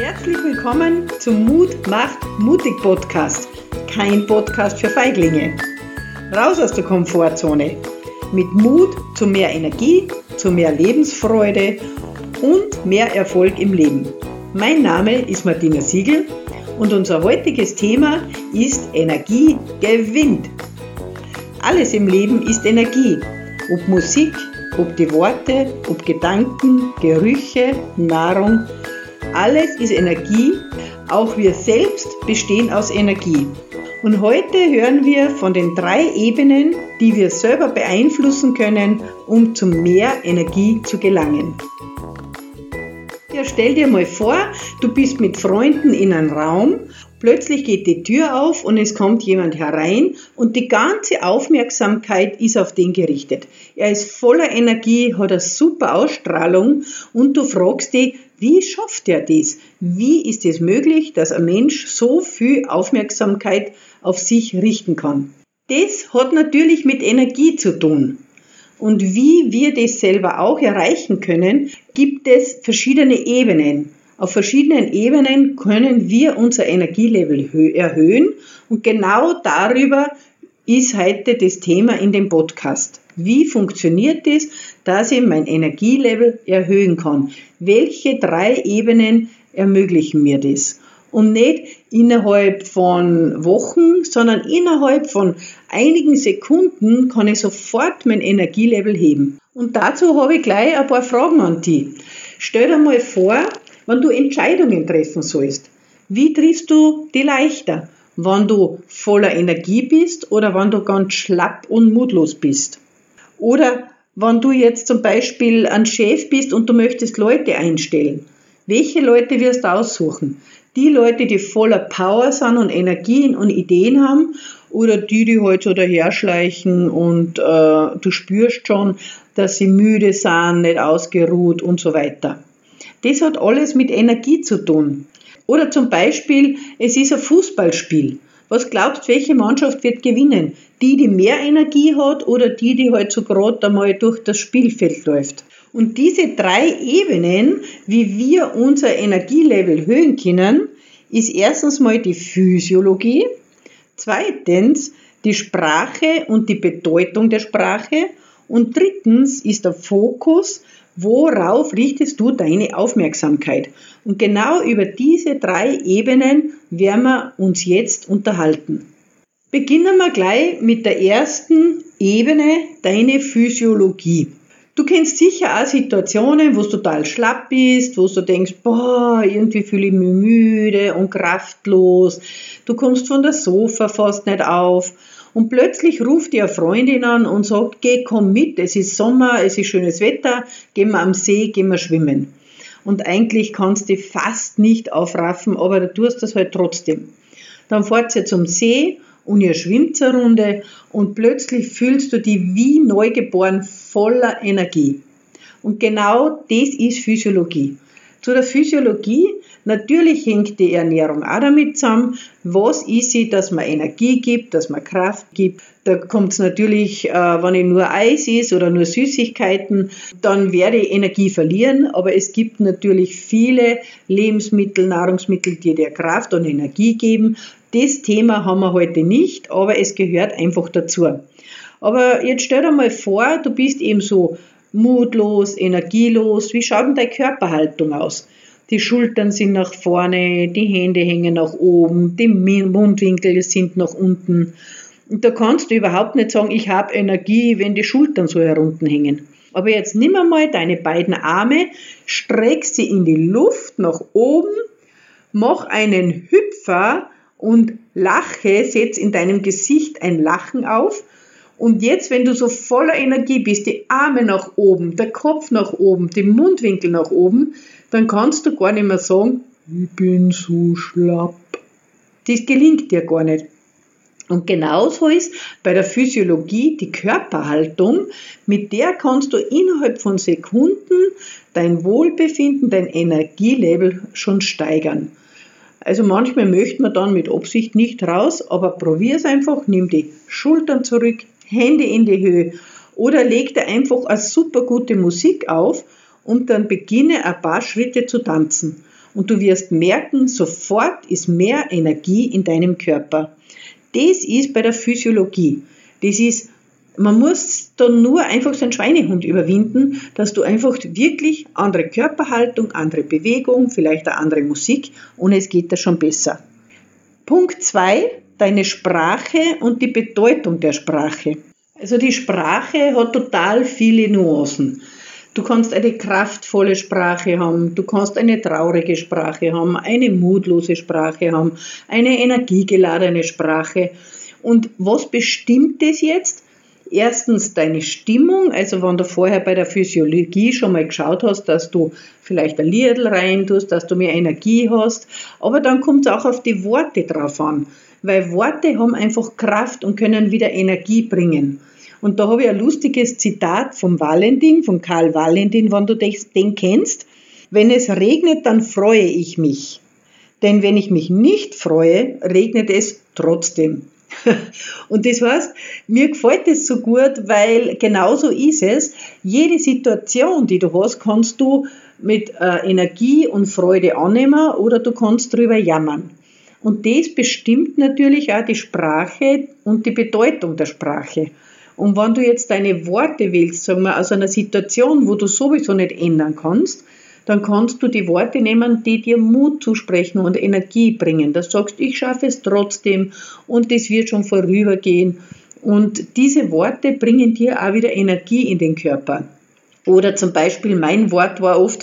Herzlich willkommen zum Mut macht mutig Podcast. Kein Podcast für Feiglinge. Raus aus der Komfortzone. Mit Mut zu mehr Energie, zu mehr Lebensfreude und mehr Erfolg im Leben. Mein Name ist Martina Siegel und unser heutiges Thema ist Energie gewinnt. Alles im Leben ist Energie. Ob Musik, ob die Worte, ob Gedanken, Gerüche, Nahrung. Alles ist Energie, auch wir selbst bestehen aus Energie. Und heute hören wir von den 3 Ebenen, die wir selber beeinflussen können, um zu mehr Energie zu gelangen. Ja, stell dir mal vor, du bist mit Freunden in einem Raum, plötzlich geht die Tür auf und es kommt jemand herein und die ganze Aufmerksamkeit ist auf den gerichtet. Er ist voller Energie, hat eine super Ausstrahlung und du fragst dich, wie schafft er das? Wie ist es möglich, dass ein Mensch so viel Aufmerksamkeit auf sich richten kann? Das hat natürlich mit Energie zu tun. Und wie wir das selber auch erreichen können, gibt es verschiedene Ebenen. Auf verschiedenen Ebenen können wir unser Energielevel erhöhen und genau darüber ist heute das Thema in dem Podcast. Wie funktioniert es, dass ich mein Energielevel erhöhen kann? Welche 3 Ebenen ermöglichen mir das? Und nicht innerhalb von Wochen, sondern innerhalb von einigen Sekunden kann ich sofort mein Energielevel heben. Und dazu habe ich gleich ein paar Fragen an dich. Stell dir mal vor, wenn du Entscheidungen treffen sollst. Wie triffst du die leichter? Wenn du voller Energie bist oder wenn du ganz schlapp und mutlos bist? Oder wenn du jetzt zum Beispiel ein Chef bist und du möchtest Leute einstellen. Welche Leute wirst du aussuchen? Die Leute, die voller Power sind und Energien und Ideen haben oder die halt so daherschleichen und du spürst schon, dass sie müde sind, nicht ausgeruht und so weiter. Das hat alles mit Energie zu tun. Oder zum Beispiel, es ist ein Fußballspiel. Was glaubst du, welche Mannschaft wird gewinnen? Die mehr Energie hat oder die halt so gerade einmal durch das Spielfeld läuft? Und diese 3 Ebenen, wie wir unser Energielevel erhöhen können, ist erstens mal die Physiologie, zweitens die Sprache und die Bedeutung der Sprache und drittens ist der Fokus, worauf richtest du deine Aufmerksamkeit? Und genau über diese 3 Ebenen werden wir uns jetzt unterhalten. Beginnen wir gleich mit der ersten Ebene, deine Physiologie. Du kennst sicher auch Situationen, wo du total schlapp bist, wo du denkst, irgendwie fühle ich mich müde und kraftlos. Du kommst von der Sofa fast nicht auf. Und plötzlich ruft dir eine Freundin an und sagt, komm mit, es ist Sommer, es ist schönes Wetter, gehen wir am See, gehen wir schwimmen. Und eigentlich kannst du dich fast nicht aufraffen, aber du tust das halt trotzdem. Dann fahrt ihr zum See und ihr schwimmt eine Runde und plötzlich fühlst du dich wie neugeboren voller Energie. Und genau das ist Physiologie. Zu der Physiologie, natürlich hängt die Ernährung auch damit zusammen. Was ist sie, dass man Energie gibt, dass man Kraft gibt? Da kommt es natürlich, wenn ich nur Eis esse oder nur Süßigkeiten, dann werde ich Energie verlieren. Aber es gibt natürlich viele Lebensmittel, Nahrungsmittel, die dir Kraft und Energie geben. Das Thema haben wir heute nicht, aber es gehört einfach dazu. Aber jetzt stell dir mal vor, du bist eben so mutlos, energielos. Wie schaut denn deine Körperhaltung aus? Die Schultern sind nach vorne, die Hände hängen nach oben, die Mundwinkel sind nach unten. Und da kannst du überhaupt nicht sagen, ich habe Energie, wenn die Schultern so herunten hängen. Aber jetzt nimm einmal deine beiden Arme, streck sie in die Luft nach oben, mach einen Hüpfer und lache, setz in deinem Gesicht ein Lachen auf. Und jetzt, wenn du so voller Energie bist, die Arme nach oben, der Kopf nach oben, die Mundwinkel nach oben, dann kannst du gar nicht mehr sagen, ich bin so schlapp. Das gelingt dir gar nicht. Und genauso ist bei der Physiologie die Körperhaltung, mit der kannst du innerhalb von Sekunden dein Wohlbefinden, dein Energielevel schon steigern. Also manchmal möchte man dann mit Absicht nicht raus, aber probier es einfach, nimm die Schultern zurück, Hände in die Höhe oder leg dir einfach eine super gute Musik auf und dann beginne ein paar Schritte zu tanzen. und du wirst merken, sofort ist mehr Energie in deinem Körper. Das ist bei der Physiologie. Man muss dann nur einfach so einen Schweinehund überwinden, dass du einfach wirklich andere Körperhaltung, andere Bewegung, vielleicht eine andere Musik und es geht dir schon besser. Punkt 2, deine Sprache und die Bedeutung der Sprache. Also die Sprache hat total viele Nuancen. Du kannst eine kraftvolle Sprache haben, du kannst eine traurige Sprache haben, eine mutlose Sprache haben, eine energiegeladene Sprache. Und was bestimmt das jetzt? Erstens deine Stimmung, also wenn du vorher bei der Physiologie schon mal geschaut hast, dass du vielleicht ein Liedl rein tust, dass du mehr Energie hast, aber dann kommt es auch auf die Worte drauf an, weil Worte haben einfach Kraft und können wieder Energie bringen. Und da habe ich ein lustiges Zitat vom Valentin, von Karl Valentin, wenn du den kennst. Wenn es regnet, dann freue ich mich. Denn wenn ich mich nicht freue, regnet es trotzdem. Und das heißt, mir gefällt das so gut, weil genauso ist es. Jede Situation, die du hast, kannst du mit Energie und Freude annehmen oder du kannst drüber jammern. Und das bestimmt natürlich auch die Sprache und die Bedeutung der Sprache. Und wenn du jetzt deine Worte wählst, sagen wir, aus einer Situation, wo du sowieso nicht ändern kannst, dann kannst du die Worte nehmen, die dir Mut zusprechen und Energie bringen. Da sagst du, ich schaffe es trotzdem und das wird schon vorübergehen. Und diese Worte bringen dir auch wieder Energie in den Körper. Oder zum Beispiel, mein Wort war oft,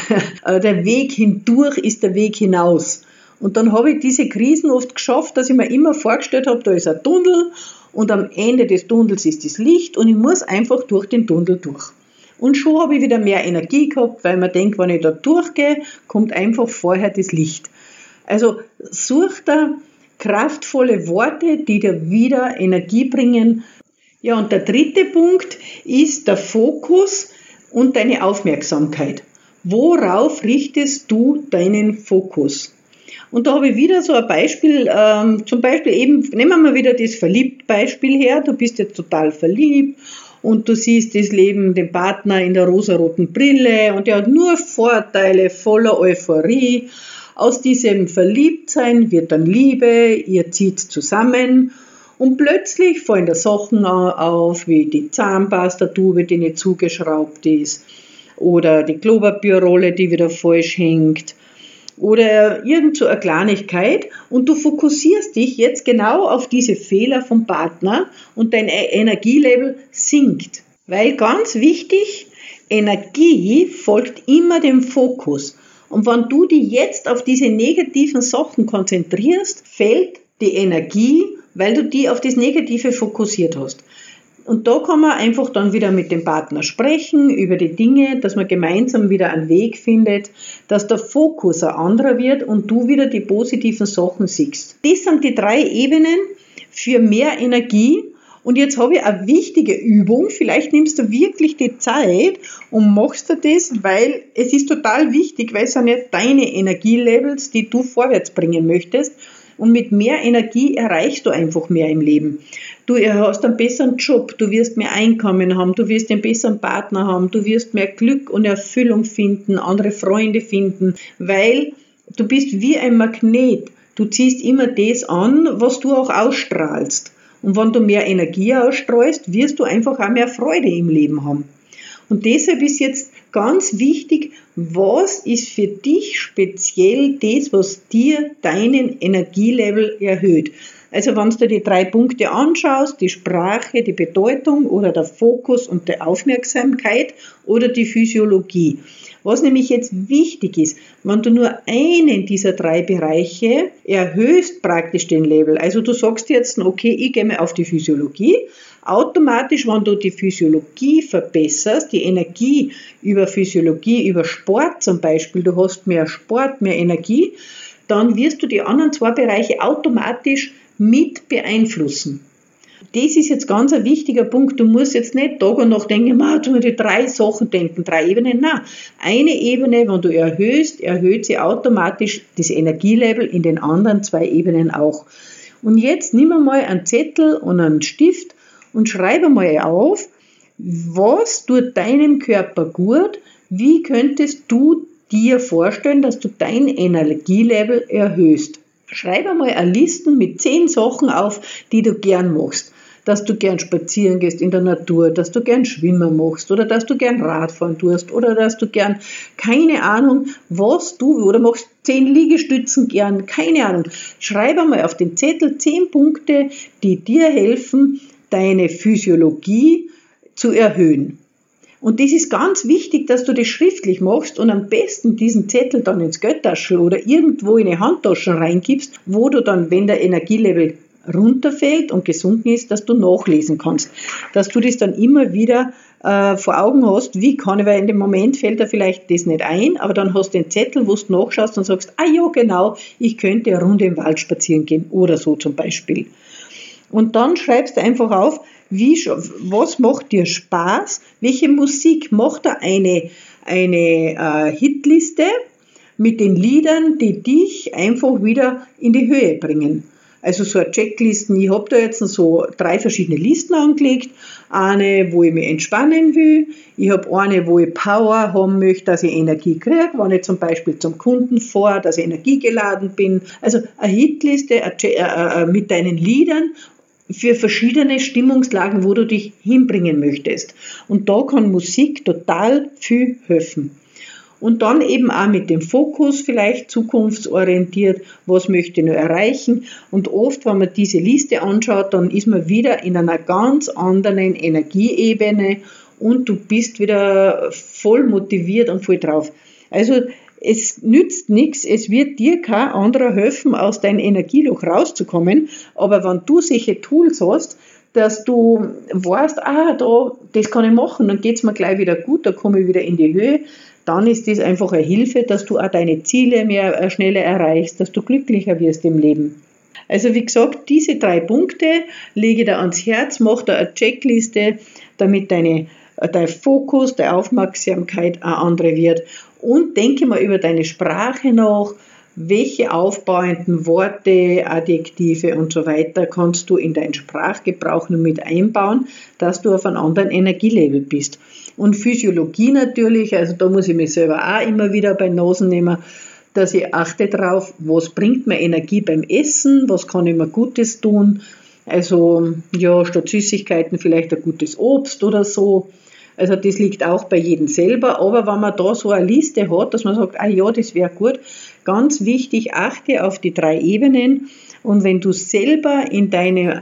der Weg hindurch ist der Weg hinaus. Und dann habe ich diese Krisen oft geschafft, dass ich mir immer vorgestellt habe, da ist ein Tunnel und am Ende des Tunnels ist das Licht und ich muss einfach durch den Tunnel durch. Und schon habe ich wieder mehr Energie gehabt, weil man denkt, wenn ich da durchgehe, kommt einfach vorher das Licht. Also such da kraftvolle Worte, die dir wieder Energie bringen. Ja, und der dritte Punkt ist der Fokus und deine Aufmerksamkeit. Worauf richtest du deinen Fokus? Und da habe ich wieder so ein Beispiel, zum Beispiel eben, nehmen wir mal wieder das Verliebt-Beispiel her, du bist jetzt total verliebt und du siehst das Leben, den Partner in der rosaroten Brille und der hat nur Vorteile, voller Euphorie. Aus diesem Verliebtsein wird dann Liebe, ihr zieht zusammen und plötzlich fallen da Sachen auf, wie die Zahnpastatube, die nicht zugeschraubt ist oder die Klopapierrolle, die wieder falsch hängt. Oder irgend so eine Kleinigkeit und du fokussierst dich jetzt genau auf diese Fehler vom Partner und dein Energielevel sinkt. Weil ganz wichtig, Energie folgt immer dem Fokus. Und wenn du dich jetzt auf diese negativen Sachen konzentrierst, fällt die Energie, weil du die auf das Negative fokussiert hast. Und da kann man einfach dann wieder mit dem Partner sprechen über die Dinge, dass man gemeinsam wieder einen Weg findet, dass der Fokus ein anderer wird und du wieder die positiven Sachen siehst. Das sind die 3 Ebenen für mehr Energie. Und jetzt habe ich eine wichtige Übung. Vielleicht nimmst du wirklich die Zeit und machst du das, weil es ist total wichtig, weil es sind ja deine Energielevels, die du vorwärts bringen möchtest. Und mit mehr Energie erreichst du einfach mehr im Leben. Du hast einen besseren Job, du wirst mehr Einkommen haben, du wirst einen besseren Partner haben, du wirst mehr Glück und Erfüllung finden, andere Freunde finden, weil du bist wie ein Magnet. Du ziehst immer das an, was du auch ausstrahlst. Und wenn du mehr Energie ausstrahlst, wirst du einfach auch mehr Freude im Leben haben. Und deshalb ist jetzt ganz wichtig, was ist für dich speziell das, was dir deinen Energielevel erhöht. Also wenn du die 3 Punkte anschaust, die Sprache, die Bedeutung oder der Fokus und die Aufmerksamkeit oder die Physiologie. Was nämlich jetzt wichtig ist, wenn du nur einen dieser 3 Bereiche erhöhst praktisch den Level. Also du sagst jetzt, okay, ich gehe mal auf die Physiologie. Automatisch, wenn du die Physiologie verbesserst, die Energie über Physiologie, über Sport zum Beispiel, du hast mehr Sport, mehr Energie, dann wirst du die anderen 2 Bereiche automatisch mit beeinflussen. Das ist jetzt ganz ein wichtiger Punkt. Du musst jetzt nicht Tag und Nacht denken, du musst die 3 Sachen denken, 3 Ebenen. Nein, eine Ebene, wenn du erhöhst, erhöht sie automatisch das Energielevel in den anderen 2 Ebenen auch. Und jetzt nimm mal einen Zettel und einen Stift und schreibe mal auf, was tut deinem Körper gut, wie könntest du dir vorstellen, dass du dein Energielevel erhöhst. Schreib einmal eine Liste mit 10 Sachen auf, die du gern machst. Dass du gern spazieren gehst in der Natur, dass du gern Schwimmen machst oder dass du gern Radfahren tust oder dass du gern, keine Ahnung, was du, oder machst 10 Liegestützen gern, keine Ahnung. Schreib einmal auf den Zettel 10 Punkte, die dir helfen, deine Physiologie zu erhöhen. Und das ist ganz wichtig, dass du das schriftlich machst und am besten diesen Zettel dann ins Geldtaschel oder irgendwo in eine Handtasche reingibst, wo du dann, wenn der Energielevel runterfällt und gesunken ist, dass du nachlesen kannst. Dass du das dann immer wieder vor Augen hast, wie kann ich, weil in dem Moment fällt dir vielleicht das nicht ein, aber dann hast du den Zettel, wo du nachschaust und sagst, ja genau, ich könnte eine Runde im Wald spazieren gehen oder so zum Beispiel. Und dann schreibst du einfach auf, was macht dir Spaß, welche Musik macht da eine Hitliste mit den Liedern, die dich einfach wieder in die Höhe bringen. Also so eine Checklisten, ich habe da jetzt so 3 verschiedene Listen angelegt. Eine, wo ich mich entspannen will. Ich habe eine, wo ich Power haben möchte, dass ich Energie kriege, wenn ich zum Beispiel zum Kunden fahre, dass ich energiegeladen bin. Also eine Hitliste mit deinen Liedern für verschiedene Stimmungslagen, wo du dich hinbringen möchtest. Und da kann Musik total viel helfen. Und dann eben auch mit dem Fokus vielleicht zukunftsorientiert, was möchte ich noch erreichen. Und oft, wenn man diese Liste anschaut, dann ist man wieder in einer ganz anderen Energieebene und du bist wieder voll motiviert und voll drauf. Also es nützt nichts, es wird dir kein anderer helfen, aus deinem Energieloch rauszukommen, aber wenn du solche Tools hast, dass du weißt, das kann ich machen, dann geht es mir gleich wieder gut, da komme ich wieder in die Höhe, dann ist das einfach eine Hilfe, dass du auch deine Ziele mehr schneller erreichst, dass du glücklicher wirst im Leben. Also wie gesagt, diese 3 Punkte lege dir ans Herz, mach da eine Checkliste, damit dein Fokus, deine Aufmerksamkeit eine andere wird. Und denke mal über deine Sprache nach, welche aufbauenden Worte, Adjektive und so weiter kannst du in deinen Sprachgebrauch noch mit einbauen, dass du auf einem anderen Energielevel bist. Und Physiologie natürlich, also da muss ich mich selber auch immer wieder bei Nasen nehmen, dass ich achte drauf, was bringt mir Energie beim Essen, was kann ich mir Gutes tun. Also ja, statt Süßigkeiten vielleicht ein gutes Obst oder so. Also das liegt auch bei jedem selber, aber wenn man da so eine Liste hat, dass man sagt, das wäre gut, ganz wichtig, achte auf die 3 Ebenen und wenn du selber in deinem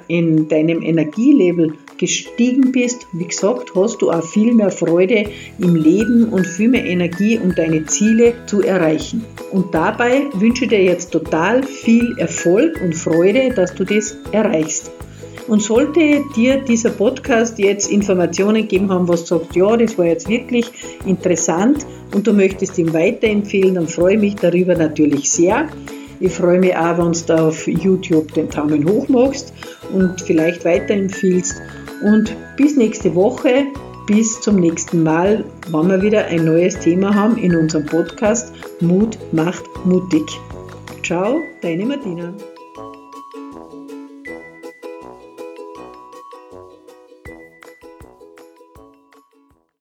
Energielevel gestiegen bist, wie gesagt, hast du auch viel mehr Freude im Leben und viel mehr Energie, um deine Ziele zu erreichen. Und dabei wünsche ich dir jetzt total viel Erfolg und Freude, dass du das erreichst. Und sollte dir dieser Podcast jetzt Informationen geben haben, was sagt, ja, das war jetzt wirklich interessant und du möchtest ihm weiterempfehlen, dann freue ich mich darüber natürlich sehr. Ich freue mich auch, wenn du da auf YouTube den Daumen hoch machst und vielleicht weiterempfiehlst. Und bis nächste Woche, bis zum nächsten Mal, wenn wir wieder ein neues Thema haben in unserem Podcast Mut macht mutig. Ciao, deine Martina.